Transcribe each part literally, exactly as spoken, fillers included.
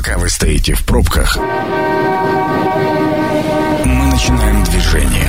Пока вы стоите в пробках, мы начинаем движение.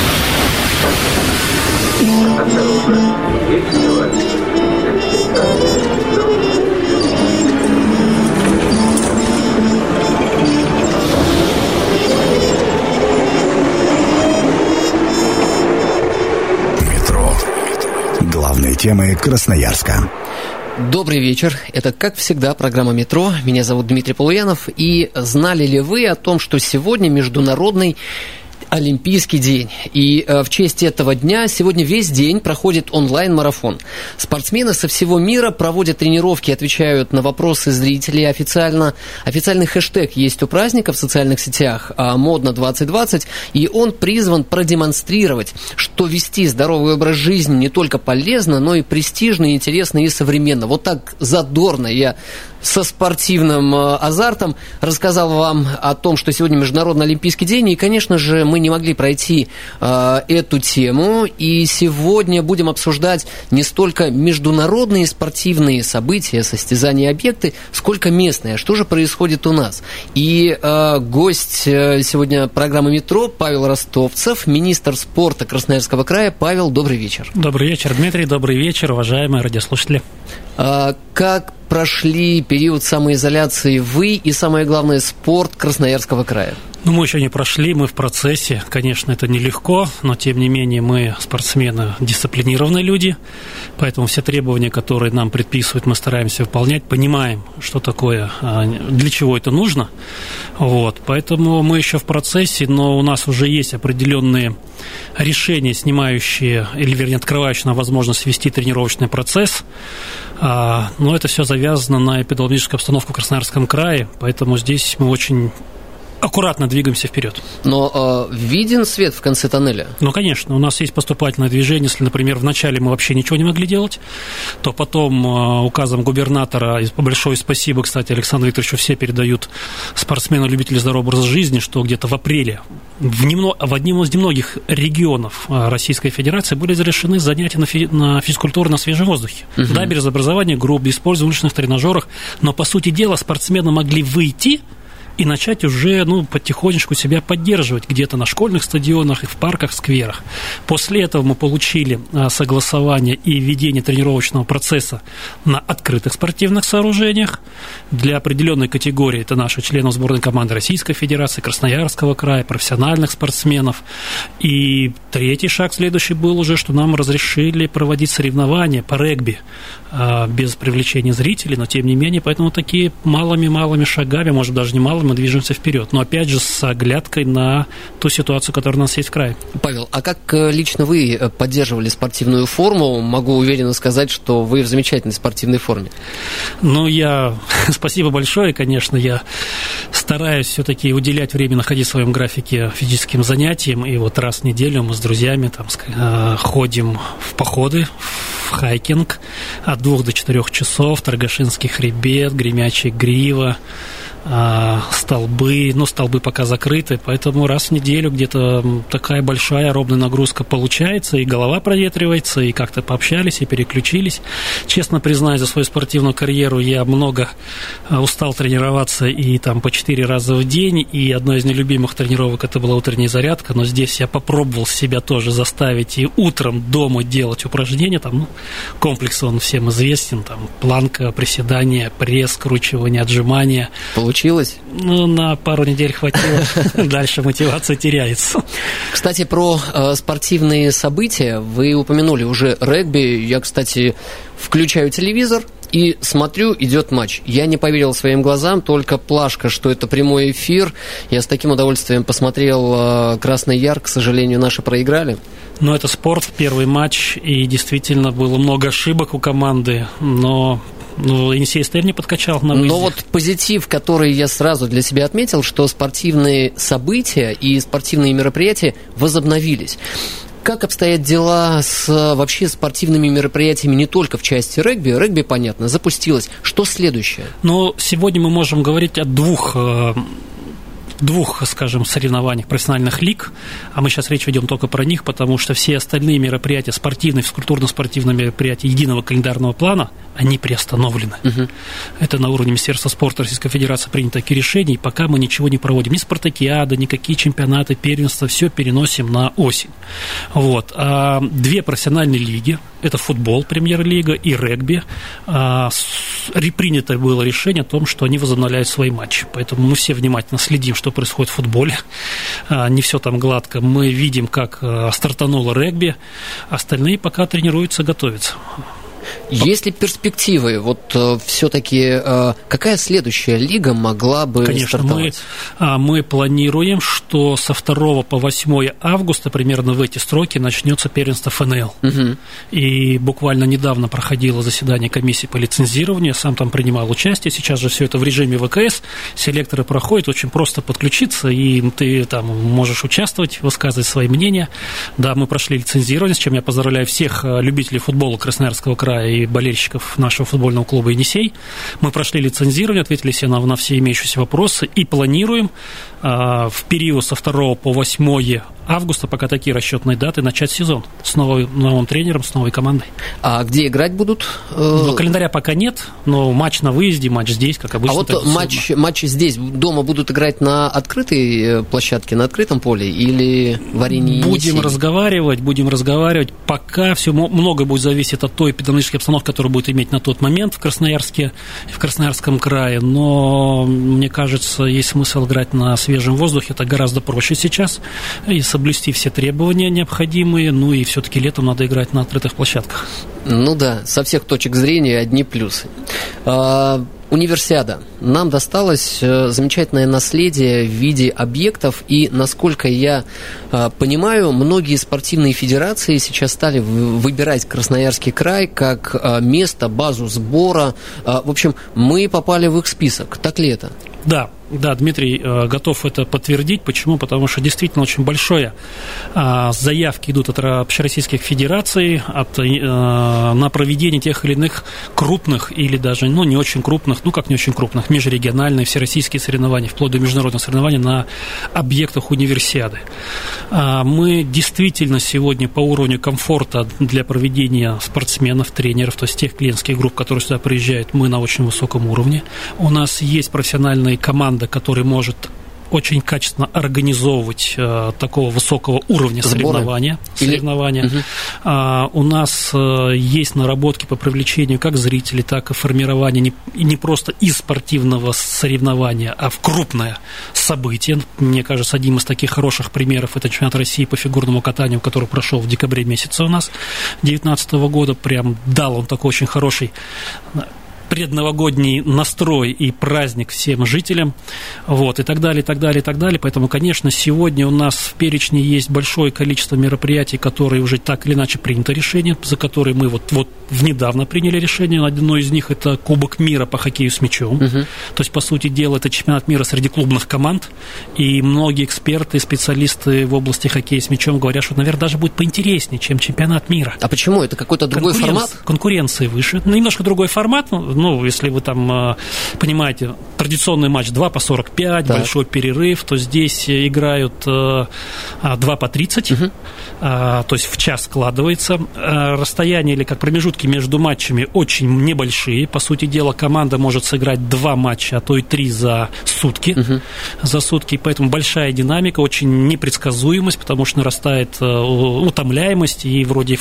Метро. Главные темы Красноярска. Добрый вечер. Это, как всегда, программа «Метро». Меня зовут Дмитрий Полуянов. И знали ли вы о том, что сегодня Международный Олимпийский день? И э, в честь этого дня сегодня весь день проходит онлайн-марафон. Спортсмены со всего мира проводят тренировки, отвечают на вопросы зрителей. Официально, официальный хэштег есть у праздника в социальных сетях «Модно двадцать двадцать», и он призван продемонстрировать, что вести здоровый образ жизни не только полезно, но и престижно, интересно и современно. Вот так задорно я со спортивным азартом рассказал вам о том, что сегодня Международный Олимпийский день, и, конечно же, мы не могли пройти э, эту тему, и сегодня будем обсуждать не столько международные спортивные события, состязания, объекты, сколько местные, что же происходит у нас. И э, гость сегодня программы «Метро» Павел Ростовцев, министр спорта Красноярского края. Павел, добрый вечер. Добрый вечер, Дмитрий, добрый вечер, уважаемые радиослушатели. А, как прошли период самоизоляции вы и, самое главное, спорт Красноярского края? Ну, мы еще не прошли, мы в процессе. Конечно, это нелегко, но, тем не менее, мы, спортсмены, дисциплинированные люди, поэтому все требования, которые нам предписывают, мы стараемся выполнять, понимаем, что такое, для чего это нужно. Вот, поэтому мы еще в процессе, но у нас уже есть определенные решения, снимающие, или, вернее, открывающие нам возможность вести тренировочный процесс. Но это все завязано на эпидемиологическую обстановку в Красноярском крае, поэтому здесь мы очень аккуратно двигаемся вперед. Но э, виден свет в конце тоннеля? Ну, конечно. У нас есть поступательное движение. Если, например, вначале мы вообще ничего не могли делать, то потом э, указом губернатора, и большое спасибо, кстати, Александру Викторовичу, все передают спортсмену-любителю здорового образа жизни, что где-то в апреле в, немно, в одном из немногих регионов Российской Федерации были разрешены занятия на, фи, на физкультуру на свежем воздухе. Uh-huh. Да, без образования групп, без использования уличных тренажерах, но, по сути дела, спортсмены могли выйти и начать уже, ну, потихонечку себя поддерживать где-то на школьных стадионах и в парках, скверах. После этого мы получили согласование и введение тренировочного процесса на открытых спортивных сооружениях для определенной категории. Это наши члены сборной команды Российской Федерации, Красноярского края, профессиональных спортсменов. И третий шаг следующий был уже, что нам разрешили проводить соревнования по регби без привлечения зрителей, но тем не менее, поэтому такие малыми-малыми шагами, может, даже не малыми, мы движемся вперед. Но опять же с оглядкой на ту ситуацию, которая у нас есть в крае. Павел, а как лично вы поддерживали спортивную форму? Могу уверенно сказать, что вы в замечательной спортивной форме. Ну, я... Спасибо большое, конечно. Я стараюсь все-таки уделять время, находить в своем графике физическим занятиям. И вот раз в неделю мы с друзьями там ходим в походы, в хайкинг от двух до четырех часов, Торгашинский хребет, Гремячая Грива, столбы, ну, столбы пока закрыты, поэтому раз в неделю где-то такая большая робная нагрузка получается, и голова проветривается, и как-то пообщались, и переключились. Честно признаюсь, за свою спортивную карьеру я много устал тренироваться и там по четыре раза в день, и одной из нелюбимых тренировок это была утренняя зарядка, но здесь я попробовал себя тоже заставить и утром дома делать упражнения, там, ну, комплекс он всем известен, там, планка, приседания, пресс, скручивание, отжимания. Получилось? Ну, на пару недель хватило. Дальше мотивация теряется. Кстати, про э, спортивные события. Вы упомянули уже регби. Я, кстати, включаю телевизор и смотрю, идет матч. Я не поверил своим глазам, только плашка, что это прямой эфир. Я с таким удовольствием посмотрел э, Красный Яр. К сожалению, наши проиграли. Ну, это спорт, первый матч, и действительно было много ошибок у команды, но... Ну, Енисей СТР не подкачал на выезде. Но вот позитив, который я сразу для себя отметил, что спортивные события и спортивные мероприятия возобновились. Как обстоят дела с вообще спортивными мероприятиями не только в части регби? Регби, понятно, запустилось. Что следующее? Ну, сегодня мы можем говорить о двух двух, скажем, соревнованиях профессиональных лиг, а мы сейчас речь ведем только про них, потому что все остальные мероприятия, спортивные, физкультурно-спортивные мероприятия единого календарного плана, они приостановлены. Угу. Это на уровне Министерства спорта Российской Федерации принято такие решения, и пока мы ничего не проводим. Ни спартакиады, никакие чемпионаты, первенства, все переносим на осень. Вот. А две профессиональные лиги, это футбол, премьер-лига, и регби, а, с, принято было решение о том, что они возобновляют свои матчи. Поэтому мы все внимательно следим, что происходит в футболе. А, не все там гладко. Мы видим, как а, стартануло регби. Остальные пока тренируются, готовятся. Есть ли перспективы? Вот э, все-таки э, какая следующая лига могла бы Конечно, стартовать? Мы, мы планируем, что со второго по восьмое августа, примерно в эти сроки, начнется первенство эф эн эл. Угу. И буквально недавно проходило заседание комиссии по лицензированию, я сам там принимал участие, сейчас же все это в режиме вэ ка эс, селекторы проходят, очень просто подключиться, и ты там можешь участвовать, высказывать свои мнения. Да, мы прошли лицензирование, с чем я поздравляю всех любителей футбола Красноярского края и болельщиков нашего футбольного клуба «Енисей». Мы прошли лицензирование, ответили все на, на все имеющиеся вопросы и планируем э, в период со второго по восьмое августа, пока такие расчетные даты, начать сезон с новым, новым тренером, с новой командой. А где играть будут? Ну, календаря пока нет, но матч на выезде, матч здесь, как обычно. А вот матч, матчи здесь дома будут играть на открытой площадке, на открытом поле или в арене Енисей? Будем разговаривать, будем разговаривать. Пока все много будет зависеть от той эпидемиологической обстановки, которую будет иметь на тот момент в Красноярске, в Красноярском крае, но мне кажется, есть смысл играть на свежем воздухе, это гораздо проще сейчас, и соблюсти все требования необходимые, ну и все-таки летом надо играть на открытых площадках. Ну да, со всех точек зрения одни плюсы. А, универсиада. Нам досталось замечательное наследие в виде объектов, и, насколько я а, понимаю, многие спортивные федерации сейчас стали выбирать Красноярский край как а, место, базу сбора. А, в общем, мы попали в их список. Так ли это? Да, да, Дмитрий э, готов это подтвердить. Почему? Потому что действительно очень большое э, заявки идут от общероссийских федераций от, э, на проведение тех или иных крупных или даже, ну, не очень крупных, ну, как не очень крупных, межрегиональные, всероссийские соревнования, вплоть до международных соревнований на объектах универсиады. Э, мы действительно сегодня по уровню комфорта для проведения спортсменов, тренеров, то есть тех клиентских групп, которые сюда приезжают, мы на очень высоком уровне. У нас есть профессиональные команды, который может очень качественно организовывать э, такого высокого уровня соревнования. соревнования. Угу. А, у нас э, есть наработки по привлечению как зрителей, так и формирования не, не просто из спортивного соревнования, а в крупное событие. Мне кажется, одним из таких хороших примеров это чемпионат России по фигурному катанию, который прошел в декабре месяце у нас две тысячи девятнадцатого года. Прям дал он такой очень хороший предновогодний настрой и праздник всем жителям, вот, и так далее, и так далее, и так далее. Поэтому, конечно, сегодня у нас в перечне есть большое количество мероприятий, которые уже так или иначе принято решение, за которые мы вот, вот недавно приняли решение. Одно из них – это Кубок мира по хоккею с мячом. Угу. То есть, по сути дела, это чемпионат мира среди клубных команд, и многие эксперты, специалисты в области хоккея с мячом говорят, что, наверное, даже будет поинтереснее, чем чемпионат мира. А почему? Это какой-то другой формат? Конкуренции выше. Ну, немножко другой формат. Ну, если вы там понимаете, традиционный матч два по сорок пять, так. Большой перерыв, то здесь играют два по тридцать, угу. То есть в час складывается. Расстояние или как промежутки между матчами очень небольшие. По сути дела, команда может сыграть два матча, а то и три за сутки. Угу. За сутки. Поэтому большая динамика, очень непредсказуемость, потому что нарастает утомляемость, и вроде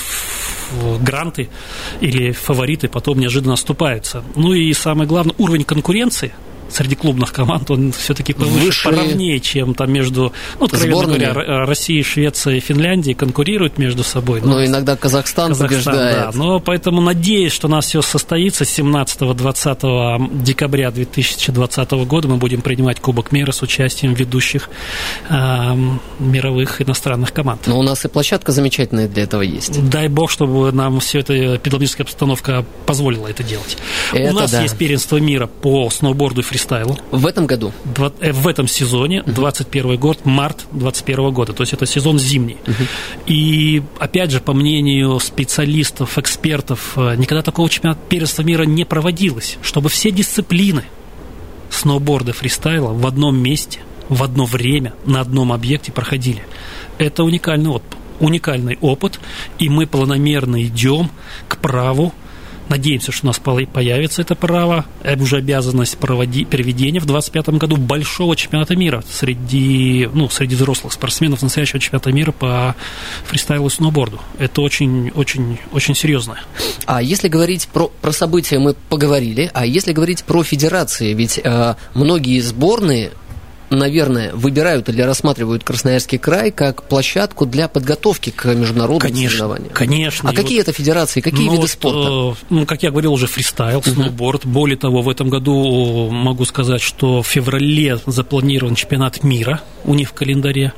гранты или фавориты потом неожиданно оступаются. Ну и самое главное, уровень конкуренции среди клубных команд, он все-таки повыше, выше, поровнее, чем там между, ну, откровенно говоря, Россией, Швецией, Финляндией конкурируют между собой. Но, но иногда Казахстан, Казахстан побеждает. Да. Но поэтому надеюсь, что у нас все состоится. семнадцатого-двадцатого декабря две тысячи двадцатого года мы будем принимать Кубок мира с участием ведущих э, мировых иностранных команд. Но у нас и площадка замечательная для этого есть. Дай бог, чтобы нам все эта эпидемиологическая обстановка позволила это делать. Это у нас да. есть первенство мира по сноуборду и фристайлу. В этом году? В этом сезоне, двадцать первый год, март двадцать первого года. То есть это сезон зимний. Uh-huh. И опять же, по мнению специалистов, экспертов, никогда такого чемпионата первенства мира не проводилось, чтобы все дисциплины сноуборда, фристайла в одном месте в одно время на одном объекте проходили. Это уникальный опыт, уникальный опыт, и мы планомерно идем к праву. Надеемся, что у нас появится это право, уже обязанность проводить, проведения в двадцать пятом году большого чемпионата мира среди, ну, среди взрослых спортсменов, настоящего чемпионата мира по фристайлу и сноуборду. Это очень, очень, очень серьезно. А если говорить про, про события, мы поговорили, а если говорить про федерации, ведь э, многие сборные, наверное, выбирают или рассматривают Красноярский край как площадку для подготовки к международным конечно, соревнованиям. Конечно. А какие вот, это федерации, какие ну, виды спорта? Вот, ну, как я говорил, уже фристайл, сноуборд. Uh-huh. Более того, в этом году могу сказать, что в феврале запланирован чемпионат мира у них в календаре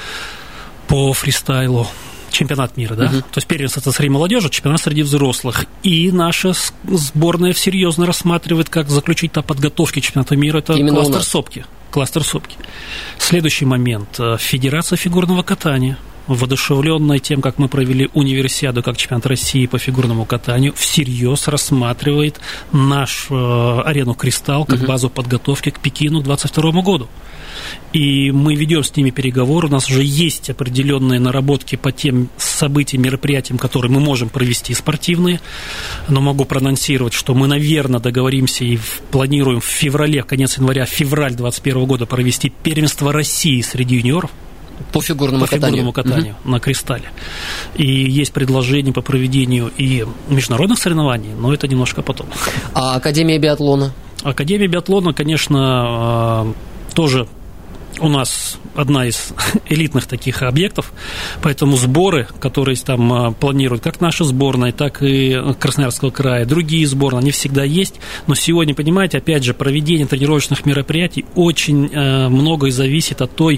по фристайлу. Чемпионат мира, да? Uh-huh. То есть первенство среди молодежи, чемпионат среди взрослых. И наша сборная серьезно рассматривает, как заключить там подготовки чемпионата мира. Это Именно кластер сопки. Кластер сопки. Следующий момент. Федерация фигурного катания, воодушевленная тем, как мы провели универсиаду как чемпионат России по фигурному катанию, всерьез рассматривает наш э, арену «Кристалл» как uh-huh. базу подготовки к Пекину к двадцать второму году. И мы ведем с ними переговоры, у нас уже есть определенные наработки по тем событиям, мероприятиям, которые мы можем провести спортивные, но могу проанонсировать, что мы, наверное, договоримся и планируем в феврале, конец января, февраль двадцать первого года провести первенство России среди юниоров. По фигурному по катанию, фигурному катанию угу. на «Кристалле». И есть предложение по проведению и международных соревнований, но это немножко потом. А Академия биатлона? Академия биатлона, конечно, тоже у нас одна из элитных таких объектов, поэтому сборы, которые там планируют как наша сборная, так и Красноярского края, другие сборные, они всегда есть, но сегодня, понимаете, опять же, проведение тренировочных мероприятий очень э, многое зависит от той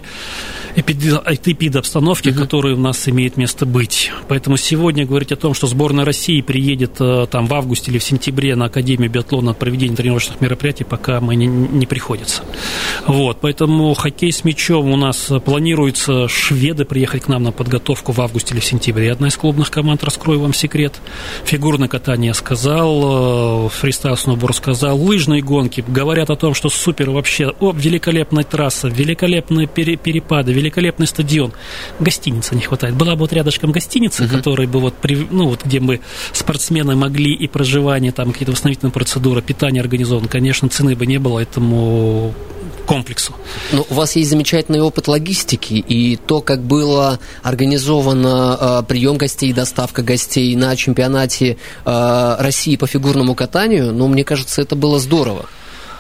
эпидобстановки, угу. которая у нас имеет место быть. Поэтому сегодня говорить о том, что сборная России приедет э, там в августе или в сентябре на Академию биатлона на проведение тренировочных мероприятий, пока мы не, не приходится. Вот, поэтому хоккей с мячом у нас планируется шведы приехать к нам на подготовку в августе или в сентябре. Одна из клубных команд, раскрою вам секрет. Фигурное катание сказал, фристайл, сноуборд сказал, лыжные гонки говорят о том, что супер вообще, о, великолепная трасса, великолепные перепады, великолепный стадион. Гостиницы не хватает. Была бы вот рядышком гостиница, uh-huh. которая бы вот, ну вот, где бы спортсмены могли и проживание, там какие-то восстановительные процедуры, питание организовано, конечно, цены бы не было этому комплексу. Но у вас есть замечательный опыт логистики, и то, как было организовано э, прием гостей, доставка гостей на чемпионате э, России по фигурному катанию, ну, мне кажется, это было здорово.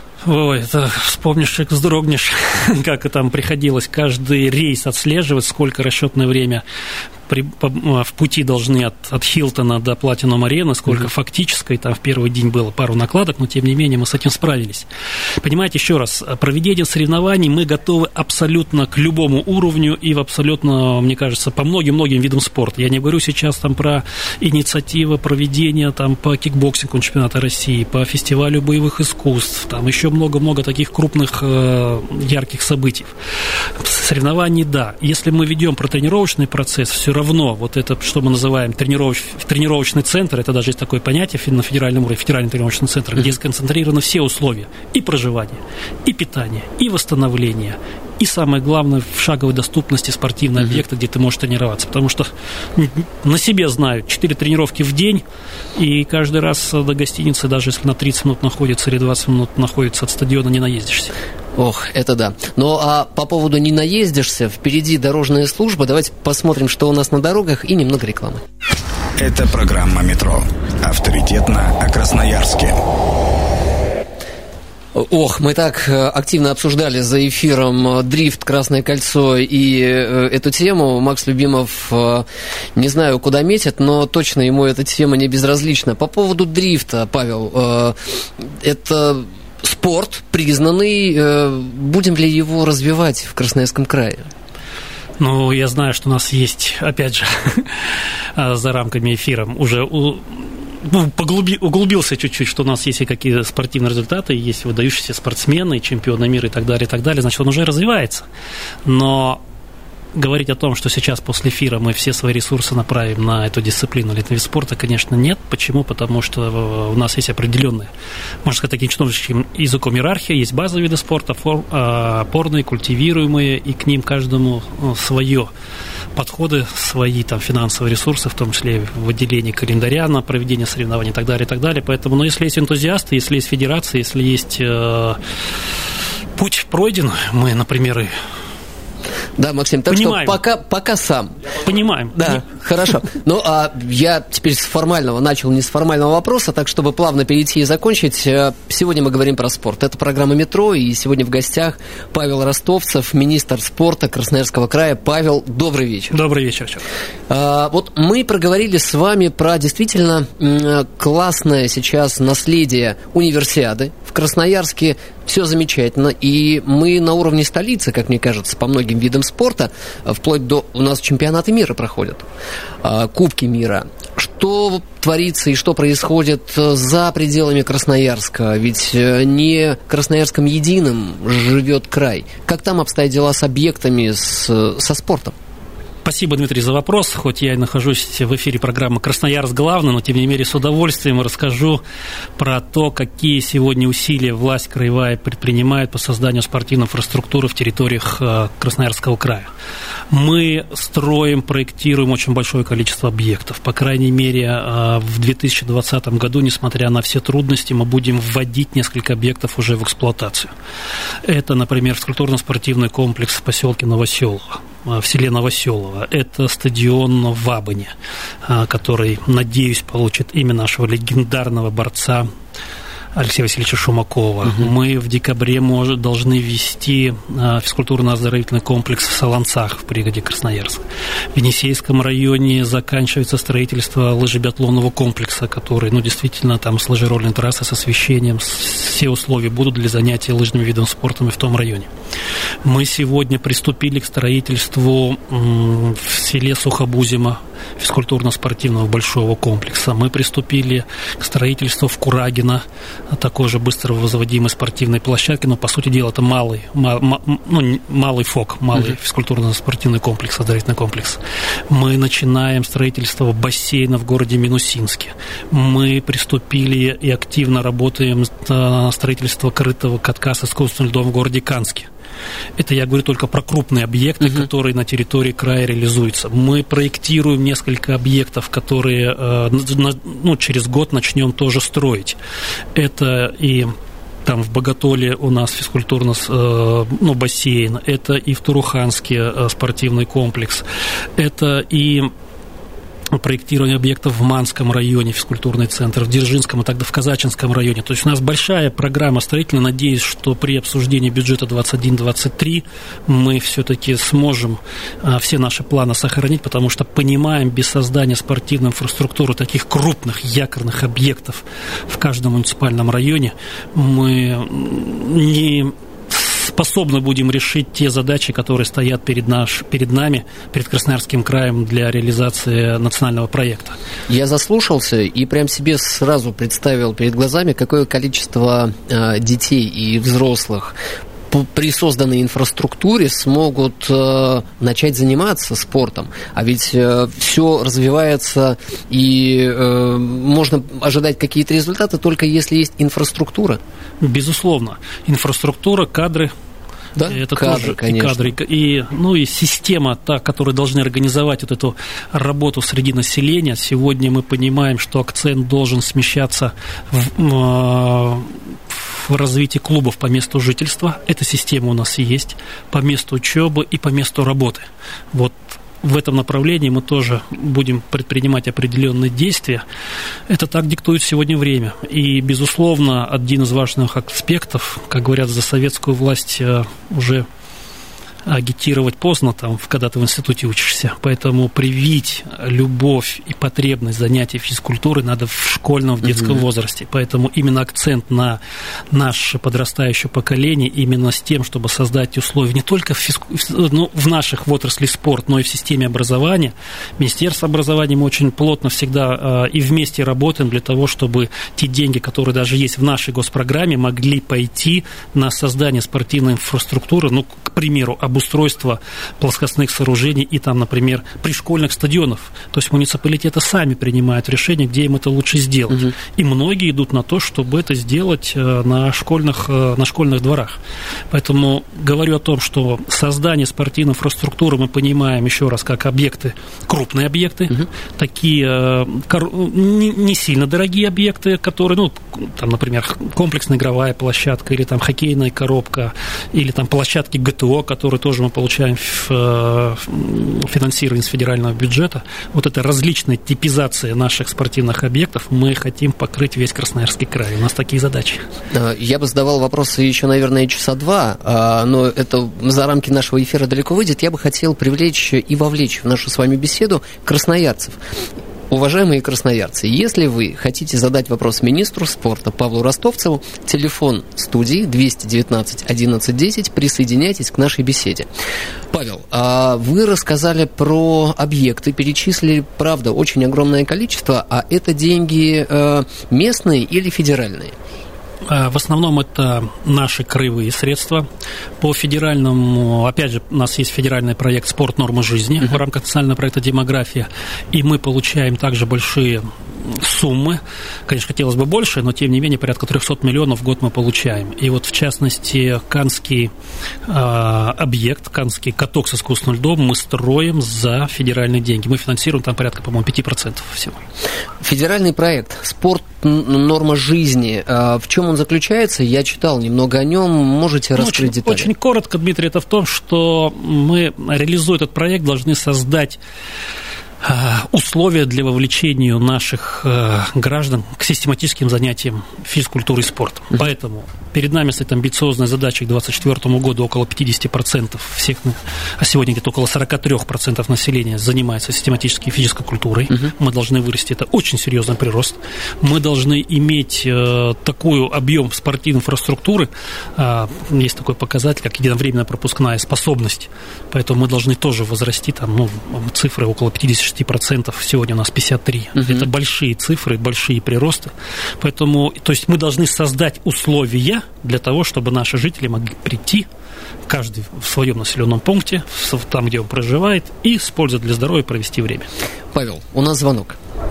Ой, это вспомнишь, как вздрогнешь, как там приходилось каждый рейс отслеживать, сколько расчетное время при, по, в пути должны от, от Хилтона до Платинум-арены, сколько mm-hmm. фактически, там в первый день было пару накладок, но тем не менее мы с этим справились. Понимаете, еще раз, проведение соревнований мы готовы абсолютно к любому уровню и в абсолютно, мне кажется, по многим-многим видам спорта. Я не говорю сейчас там про инициативы проведения там по кикбоксингу чемпионата России, по фестивалю боевых искусств, там еще много-много таких крупных э, ярких событий. Соревнований, да. Если мы ведем про тренировочный процесс, все равно вот это, что мы называем тренировоч... тренировочный центр, это даже есть такое понятие на федеральном уровне, федеральный тренировочный центр, mm-hmm. где сконцентрированы все условия и проживания, и питания, и восстановления, и самое главное, в шаговой доступности спортивного mm-hmm. объекта, где ты можешь тренироваться. Потому что на себе знаю, четыре тренировки в день, и каждый раз до гостиницы, даже если на тридцать минут находится или двадцать минут находится от стадиона, не наездишься. Ох, это да. Ну, а по поводу «не наездишься», впереди дорожная служба. Давайте посмотрим, что у нас на дорогах, и немного рекламы. Это программа «Метро». Авторитетно о Красноярске. Ох, мы так активно обсуждали за эфиром дрифт, Красное кольцо и эту тему. Макс Любимов, не знаю, куда метит, но точно ему эта тема не безразлична. По поводу дрифта, Павел, это спорт признанный. Будем ли его развивать в Красноярском крае? Ну, я знаю, что у нас есть, опять же, за рамками эфира уже... Ну, поглуби, углубился чуть-чуть, что у нас есть и какие спортивные результаты, есть выдающиеся спортсмены, чемпионы мира и так далее, и так далее, значит, он уже развивается. Но говорить о том, что сейчас после эфира мы все свои ресурсы направим на эту дисциплину или на вид спорта, конечно, нет. Почему? Потому что у нас есть определенные, можно сказать, таким чиновническим языком иерархия, есть базовые виды спорта, фор, опорные, культивируемые, и к ним каждому свое подходы, свои там финансовые ресурсы, в том числе в выделении календаря на проведение соревнований и так далее, и так далее. Поэтому, ну, если есть энтузиасты, если есть федерации, если есть э, путь пройден, мы, например, и Да, Максим, так понимаем. что пока, пока сам. Понимаем. Да, хорошо. Ну, а я теперь с формального начал, не с формального вопроса, так, чтобы плавно перейти и закончить. Сегодня мы говорим про спорт. Это программа «Метро», и сегодня в гостях Павел Ростовцев, министр спорта Красноярского края. Павел, добрый вечер. Добрый вечер. А, вот мы проговорили с вами про действительно классное сейчас наследие универсиады. В Красноярске все замечательно, и мы на уровне столицы, как мне кажется, по многим видам спорта, вплоть до... У нас чемпионаты мира проходят, Кубки мира. Что творится и что происходит за пределами Красноярска? Ведь не Красноярском единым живет край. Как там обстоят дела с объектами, с, со спортом? Спасибо, Дмитрий, за вопрос. Хоть я и нахожусь в эфире программы «Красноярск главный», но, тем не менее, с удовольствием расскажу про то, какие сегодня усилия власть краевая предпринимает по созданию спортивной инфраструктуры в территориях Красноярского края. Мы строим, проектируем очень большое количество объектов. По крайней мере, в две тысячи двадцатом году, несмотря на все трудности, мы будем вводить несколько объектов уже в эксплуатацию. Это, например, физкультурно-спортивный комплекс в поселке Новоселово, в селе Новоселово. Это стадион в Абане, который, надеюсь, получит имя нашего легендарного борца Алексея Васильевича Шумакова. Uh-huh. Мы в декабре может, должны ввести а, физкультурно-оздоровительный комплекс в Солонцах в пригороде Красноярска. В Енисейском районе заканчивается строительство лыжебиатлонного комплекса, который, ну, действительно, там с лыжероллерной трассой, с освещением, все условия будут для занятий лыжным видом спорта в том районе. Мы сегодня приступили к строительству м, в селе Сухобузимо физкультурно-спортивного большого комплекса. Мы приступили к строительству в Курагино такой же быстро возводимой спортивной площадки, но, по сути дела, это малый, мал, ну, малый ФОК, малый uh-huh. физкультурно-спортивный комплекс, оздоровительный комплекс. Мы начинаем строительство бассейна в городе Минусинске. Мы приступили и активно работаем на строительство крытого катка с искусственным льдом в городе Канске. Это я говорю только про крупные объекты, uh-huh. которые на территории края реализуются. Мы проектируем несколько объектов, которые э, ну, через год начнем тоже строить. Это и там в Боготоле у нас физкультурно э, ну, бассейн, это и в Туруханске э, спортивный комплекс, это и проектирование объектов в Манском районе, физкультурный центр, в Дзержинском, и тогда в Казачинском районе. То есть у нас большая программа строительная. Надеюсь, что при обсуждении бюджета двадцать один двадцать три мы все-таки сможем а, все наши планы сохранить, потому что понимаем, без создания спортивной инфраструктуры таких крупных якорных объектов в каждом муниципальном районе мы не способны будем решить те задачи, которые стоят перед, наш, перед нами, перед Красноярским краем для реализации национального проекта. Я заслушался и прям себе сразу представил перед глазами, какое количество э, детей и взрослых при созданной инфраструктуре смогут э, начать заниматься спортом. А ведь э, все развивается, и э, можно ожидать какие-то результаты только если есть инфраструктура. Безусловно. Инфраструктура, кадры. Да? Это кадры, тоже конечно. И кадры, и, ну, и система, та, которая должны организовать вот эту работу среди населения. Сегодня мы понимаем, что акцент должен смещаться в, в развитии клубов по месту жительства. Эта система у нас есть, по месту учебы и по месту работы. Вот в этом направлении мы тоже будем предпринимать определенные действия. Это так диктует сегодня время. И, безусловно, один из важных аспектов, как говорят, за советскую власть уже агитировать поздно, там, когда ты в институте учишься. Поэтому привить любовь и потребность занятий физкультурой надо в школьном, в детском угу. возрасте. Поэтому именно акцент на наше подрастающее поколение, именно с тем, чтобы создать условия не только в, физку... ну, в наших в отрасли спорт, но и в системе образования. Министерство образования мы очень плотно всегда э, и вместе работаем для того, чтобы те деньги, которые даже есть в нашей госпрограмме, могли пойти на создание спортивной инфраструктуры, ну, примеру, обустройство плоскостных сооружений и там, например, пришкольных стадионов. То есть муниципалитеты сами принимают решение, где им это лучше сделать. Угу. И многие идут на то, чтобы это сделать на школьных, на школьных дворах. Поэтому говорю о том, что создание спортивной инфраструктуры мы понимаем еще раз как объекты, крупные объекты, угу. такие не сильно дорогие объекты, которые, ну, там, например, комплексная игровая площадка или там хоккейная коробка, или там площадки ГТО, которые тоже мы получаем в финансирование с федерального бюджета. Вот эта различная типизация наших спортивных объектов мы хотим покрыть весь Красноярский край. У нас такие задачи. Я бы задавал вопросы еще, наверное, часа два, но это за рамки нашего эфира далеко выйдет. Я бы хотел привлечь и вовлечь в нашу с вами беседу красноярцев. Уважаемые красноярцы, если вы хотите задать вопрос министру спорта Павлу Ростовцеву, телефон студии двести девятнадцать одиннадцать десять, присоединяйтесь к нашей беседе. Павел, вы рассказали про объекты, перечислили, правда, очень огромное количество, а это деньги местные или федеральные? В основном это наши краевые средства. По федеральному, опять же, у нас есть федеральный проект «Спорт. Норма жизни» uh-huh. в рамках национального проекта «Демография», и мы получаем также большие суммы. Конечно, хотелось бы больше, но тем не менее порядка триста миллионов в год мы получаем. И вот в частности Канский э, объект, Канский каток с искусственным льдом мы строим за федеральные деньги. Мы финансируем там порядка, по-моему, пять процентов всего. Федеральный проект «Спорт. Норма жизни». В чем он заключается? Я читал немного о нем. Можете раскрыть очень, детали? Очень коротко, Дмитрий, это в том, что мы, реализуя этот проект, должны создать условия для вовлечения наших граждан к систематическим занятиям физкультурой и спортом. Uh-huh. Поэтому перед нами стоит амбициозная задача к двадцать четвёртому году около пятьдесят процентов всех, а сегодня где-то около сорок три процента населения занимается систематической физической культурой. Uh-huh. Мы должны вырасти. Это очень серьезный прирост. Мы должны иметь э, такой объем спортивной инфраструктуры. Э, есть такой показатель, как единовременная пропускная способность. Поэтому мы должны тоже возрасти. Там, ну, цифры около пятьдесят шесть процентов, сегодня у нас пятьдесят три. Uh-huh. Это большие цифры, большие приросты. Поэтому, то есть мы должны создать условия для того, чтобы наши жители могли прийти, каждый в своем населенном пункте, там, где он проживает, и с пользой для здоровья провести время. Павел, у нас звонок.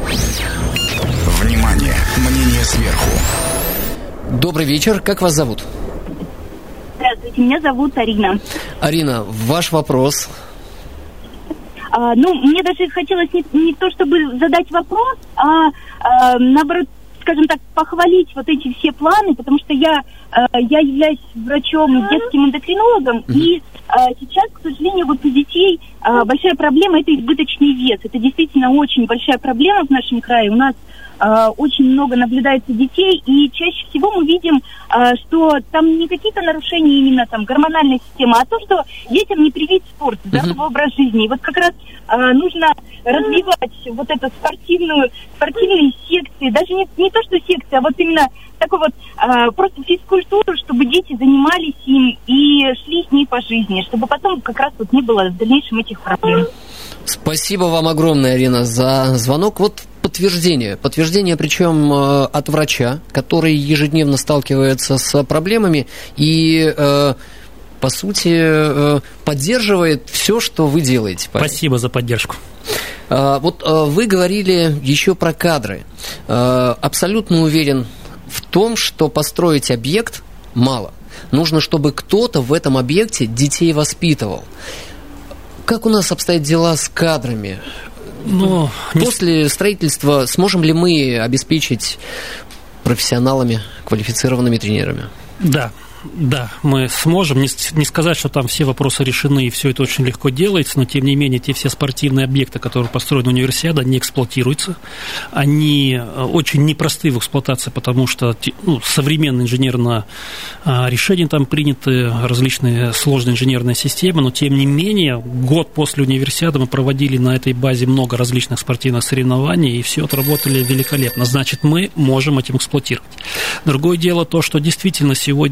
Внимание! Мнение сверху. Добрый вечер. Как вас зовут? Здравствуйте, меня зовут Арина. Арина, ваш вопрос. А, ну, мне даже хотелось не, не то, чтобы задать вопрос, а, а наоборот, скажем так, похвалить вот эти все планы, потому что я, а, я являюсь врачом, детским эндокринологом, mm-hmm. и а, сейчас, к сожалению, вот у детей а, большая проблема – это избыточный вес. Это действительно очень большая проблема в нашем крае. У нас Uh, очень много наблюдается детей, и чаще всего мы видим, uh, что там не какие-то нарушения именно там гормональной системы, а то, что детям не привить спорт, здоровый uh-huh. образ жизни. И вот как раз uh, нужно развивать вот эту спортивную, спортивные секции, даже не, не то, что секции, а вот именно такой вот uh, просто физкультуру, чтобы дети занимались им и шли с ней по жизни, чтобы потом как раз вот не было в дальнейшем этих проблем. Спасибо вам огромное, Арина, за звонок. Вот подтверждение. Подтверждение, причем от врача, который ежедневно сталкивается с проблемами и, по сути, поддерживает все, что вы делаете. Павел. Спасибо за поддержку. Вот вы говорили еще про кадры. Абсолютно уверен в том, что построить объект мало. Нужно, чтобы кто-то в этом объекте детей воспитывал. Как у нас обстоят дела с кадрами? Но После не... строительства сможем ли мы обеспечить профессионалами, квалифицированными тренерами? Да. Да, мы сможем. Не, не сказать, что там все вопросы решены и все это очень легко делается, но тем не менее те все спортивные объекты, которые построены универсиада, они эксплуатируются. Они очень непростые в эксплуатации, потому что ну, современные инженерные решения там приняты, различные сложные инженерные системы, но тем не менее год после универсиады мы проводили на этой базе много различных спортивных соревнований, и все отработали великолепно. Значит, мы можем этим эксплуатировать. Другое дело то, что действительно сегодня мы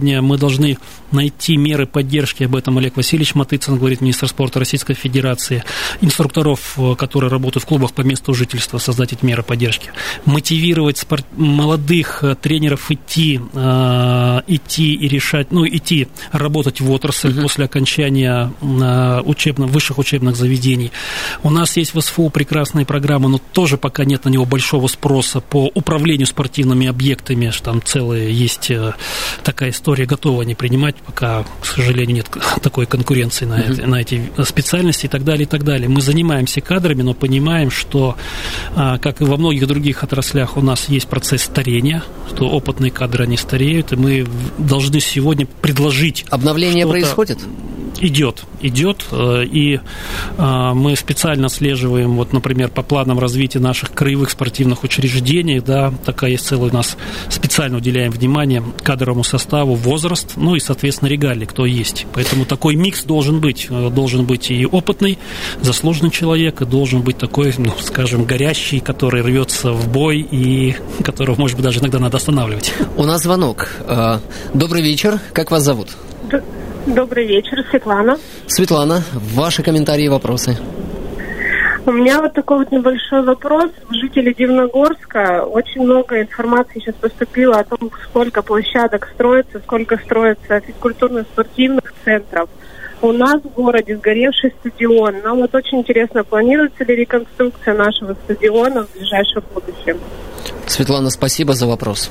должны найти меры поддержки, об этом Олег Васильевич Матыцын говорит, министр спорта Российской Федерации, инструкторов, которые работают в клубах по месту жительства, создать эти меры поддержки, мотивировать спорт... молодых тренеров идти, э, идти и решать, ну, идти работать в отрасль uh-huh. после окончания э, учебных, высших учебных заведений. У нас есть в СФУ прекрасная программа, но тоже пока нет на него большого спроса по управлению спортивными объектами, что там целая есть такая история, готова не принимать, пока, к сожалению, нет такой конкуренции на, uh-huh. это, на эти специальности и так далее, и так далее. Мы занимаемся кадрами, но понимаем, что, как и во многих других отраслях, у нас есть процесс старения, что опытные кадры, они стареют, и мы должны сегодня предложить... Обновление происходит? Идет, идет, и мы специально отслеживаем, вот, например, по планам развития наших краевых спортивных учреждений, да, такая есть целая у нас, специально уделяем внимание кадровому составу, возраст, ну и, соответственно, регалии, кто есть. Поэтому такой микс должен быть, должен быть и опытный, заслуженный человек, и должен быть такой, ну, скажем, горящий, который рвется в бой и которого, может быть, даже иногда надо останавливать. У нас звонок. Добрый вечер, как вас зовут? Добрый вечер, Светлана. Светлана, ваши комментарии и вопросы. У меня вот такой вот небольшой вопрос. Жители Дивногорска, очень много информации сейчас поступило о том, сколько площадок строится, сколько строится физкультурно-спортивных центров. У нас в городе сгоревший стадион. Нам вот очень интересно, планируется ли реконструкция нашего стадиона в ближайшем будущем? Светлана, спасибо за вопрос.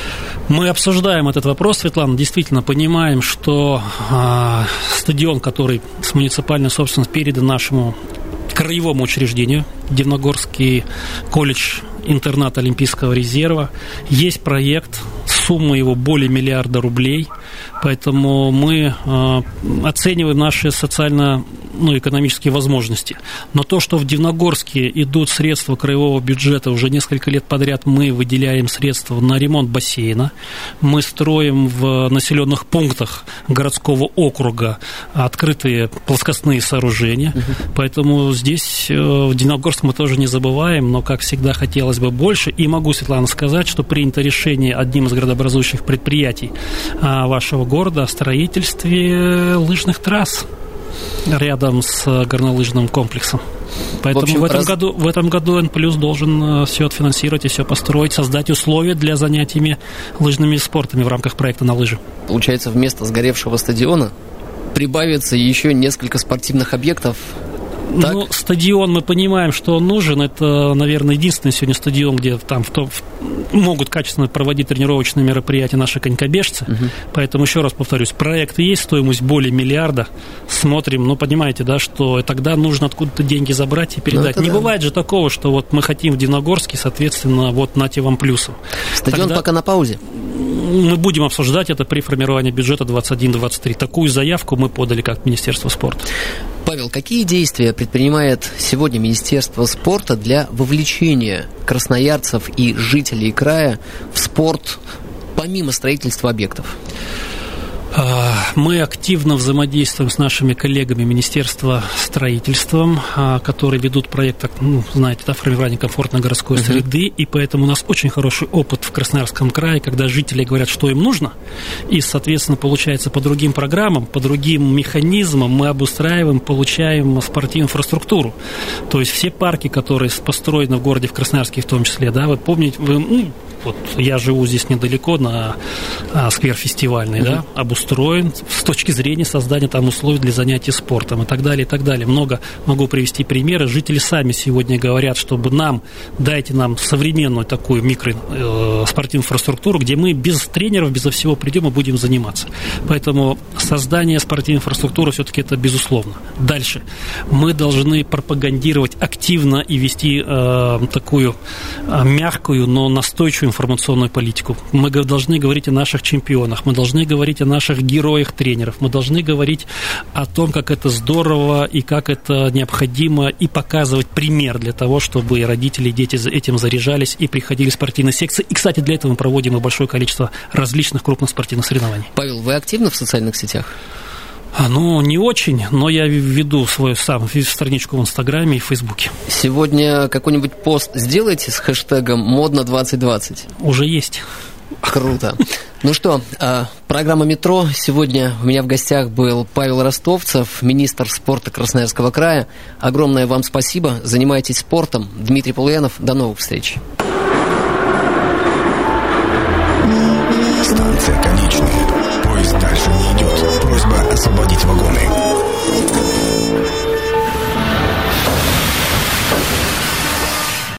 Мы обсуждаем этот вопрос, Светлана, действительно понимаем, что э, стадион, который с муниципальной собственностью передан нашему краевому учреждению, Дивногорский колледж интернат Олимпийского резерва, есть проект, сумма его более миллиарда рублей, поэтому мы э, оцениваем наши социально, ну, экономические возможности. Но то, что в Дивногорске идут средства краевого бюджета, уже несколько лет подряд мы выделяем средства на ремонт бассейна, мы строим в населенных пунктах городского округа открытые плоскостные сооружения, угу. Поэтому здесь э, в Дивногорск мы тоже не забываем, но, как всегда, хотелось бы больше. И могу, Светлана, сказать, что принято решение одним из городообразующих предприятий э, вашего города о строительстве лыжных трасс рядом с горнолыжным комплексом. Поэтому в, общем, в, этом, раз... году, в этом году Н плюс должен все отфинансировать и все построить, создать условия для занятиями лыжными спортами в рамках проекта «На лыжи». Получается, вместо сгоревшего стадиона прибавится еще несколько спортивных объектов. Так? Ну, стадион, мы понимаем, что он нужен. Это, наверное, единственный сегодня стадион, где там в то, в, могут качественно проводить тренировочные мероприятия наши конькобежцы. Угу. Поэтому, еще раз повторюсь, проект есть, стоимость более миллиарда. Смотрим, ну, понимаете, да, что тогда нужно откуда-то деньги забрать и передать. Ну, Не да. бывает же такого, что вот мы хотим в Дивногорске, соответственно, вот нате вам плюсом. Стадион тогда пока на паузе. Мы будем обсуждать это при формировании бюджета двадцать один двадцать три. Такую заявку мы подали как Министерство спорта. Павел, какие действия предпринимает сегодня Министерство спорта для вовлечения красноярцев и жителей края в спорт помимо строительства объектов? Мы активно взаимодействуем с нашими коллегами Министерства строительства, которые ведут проект, ну, знаете, да, формирования комфортной городской uh-huh. среды, и поэтому у нас очень хороший опыт в Красноярском крае, когда жители говорят, что им нужно, и, соответственно, получается, по другим программам, по другим механизмам мы обустраиваем, получаем спортивную инфраструктуру. То есть все парки, которые построены в городе, в Красноярске в том числе, да, вы помните, вы, ну, вот я живу здесь недалеко, на а, сквер фестивальный, uh-huh. да, обустроен с точки зрения создания там условий для занятий спортом и так далее, и так далее. Много могу привести примеры. Жители сами сегодня говорят, чтобы нам, дайте нам современную такую микро э, спортивную инфраструктуру, где мы без тренеров, безо всего придем и будем заниматься. Поэтому создание спортивной инфраструктуры все-таки это безусловно. Дальше. Мы должны пропагандировать активно и вести э, такую э, мягкую, но настойчивую информационную политику. Мы должны говорить о наших чемпионах, мы должны говорить о наших героях тренеров, мы должны говорить о том, как это здорово и как это необходимо, и показывать пример для того, чтобы и родители, и дети этим заряжались и приходили в спортивные секции. И, кстати, для этого мы проводим и большое количество различных крупных спортивных соревнований. Павел, вы активны в социальных сетях? Ну, не очень, но я веду свою сам страничку в Инстаграме и в Фейсбуке. Сегодня какой-нибудь пост сделаете с хэштегом «Модно двадцать двадцать»? Уже есть. Круто. Ну что, программа «Метро». Сегодня у меня в гостях был Павел Ростовцев, министр спорта Красноярского края. Огромное вам спасибо. Занимайтесь спортом. Дмитрий Полуянов. До новых встреч.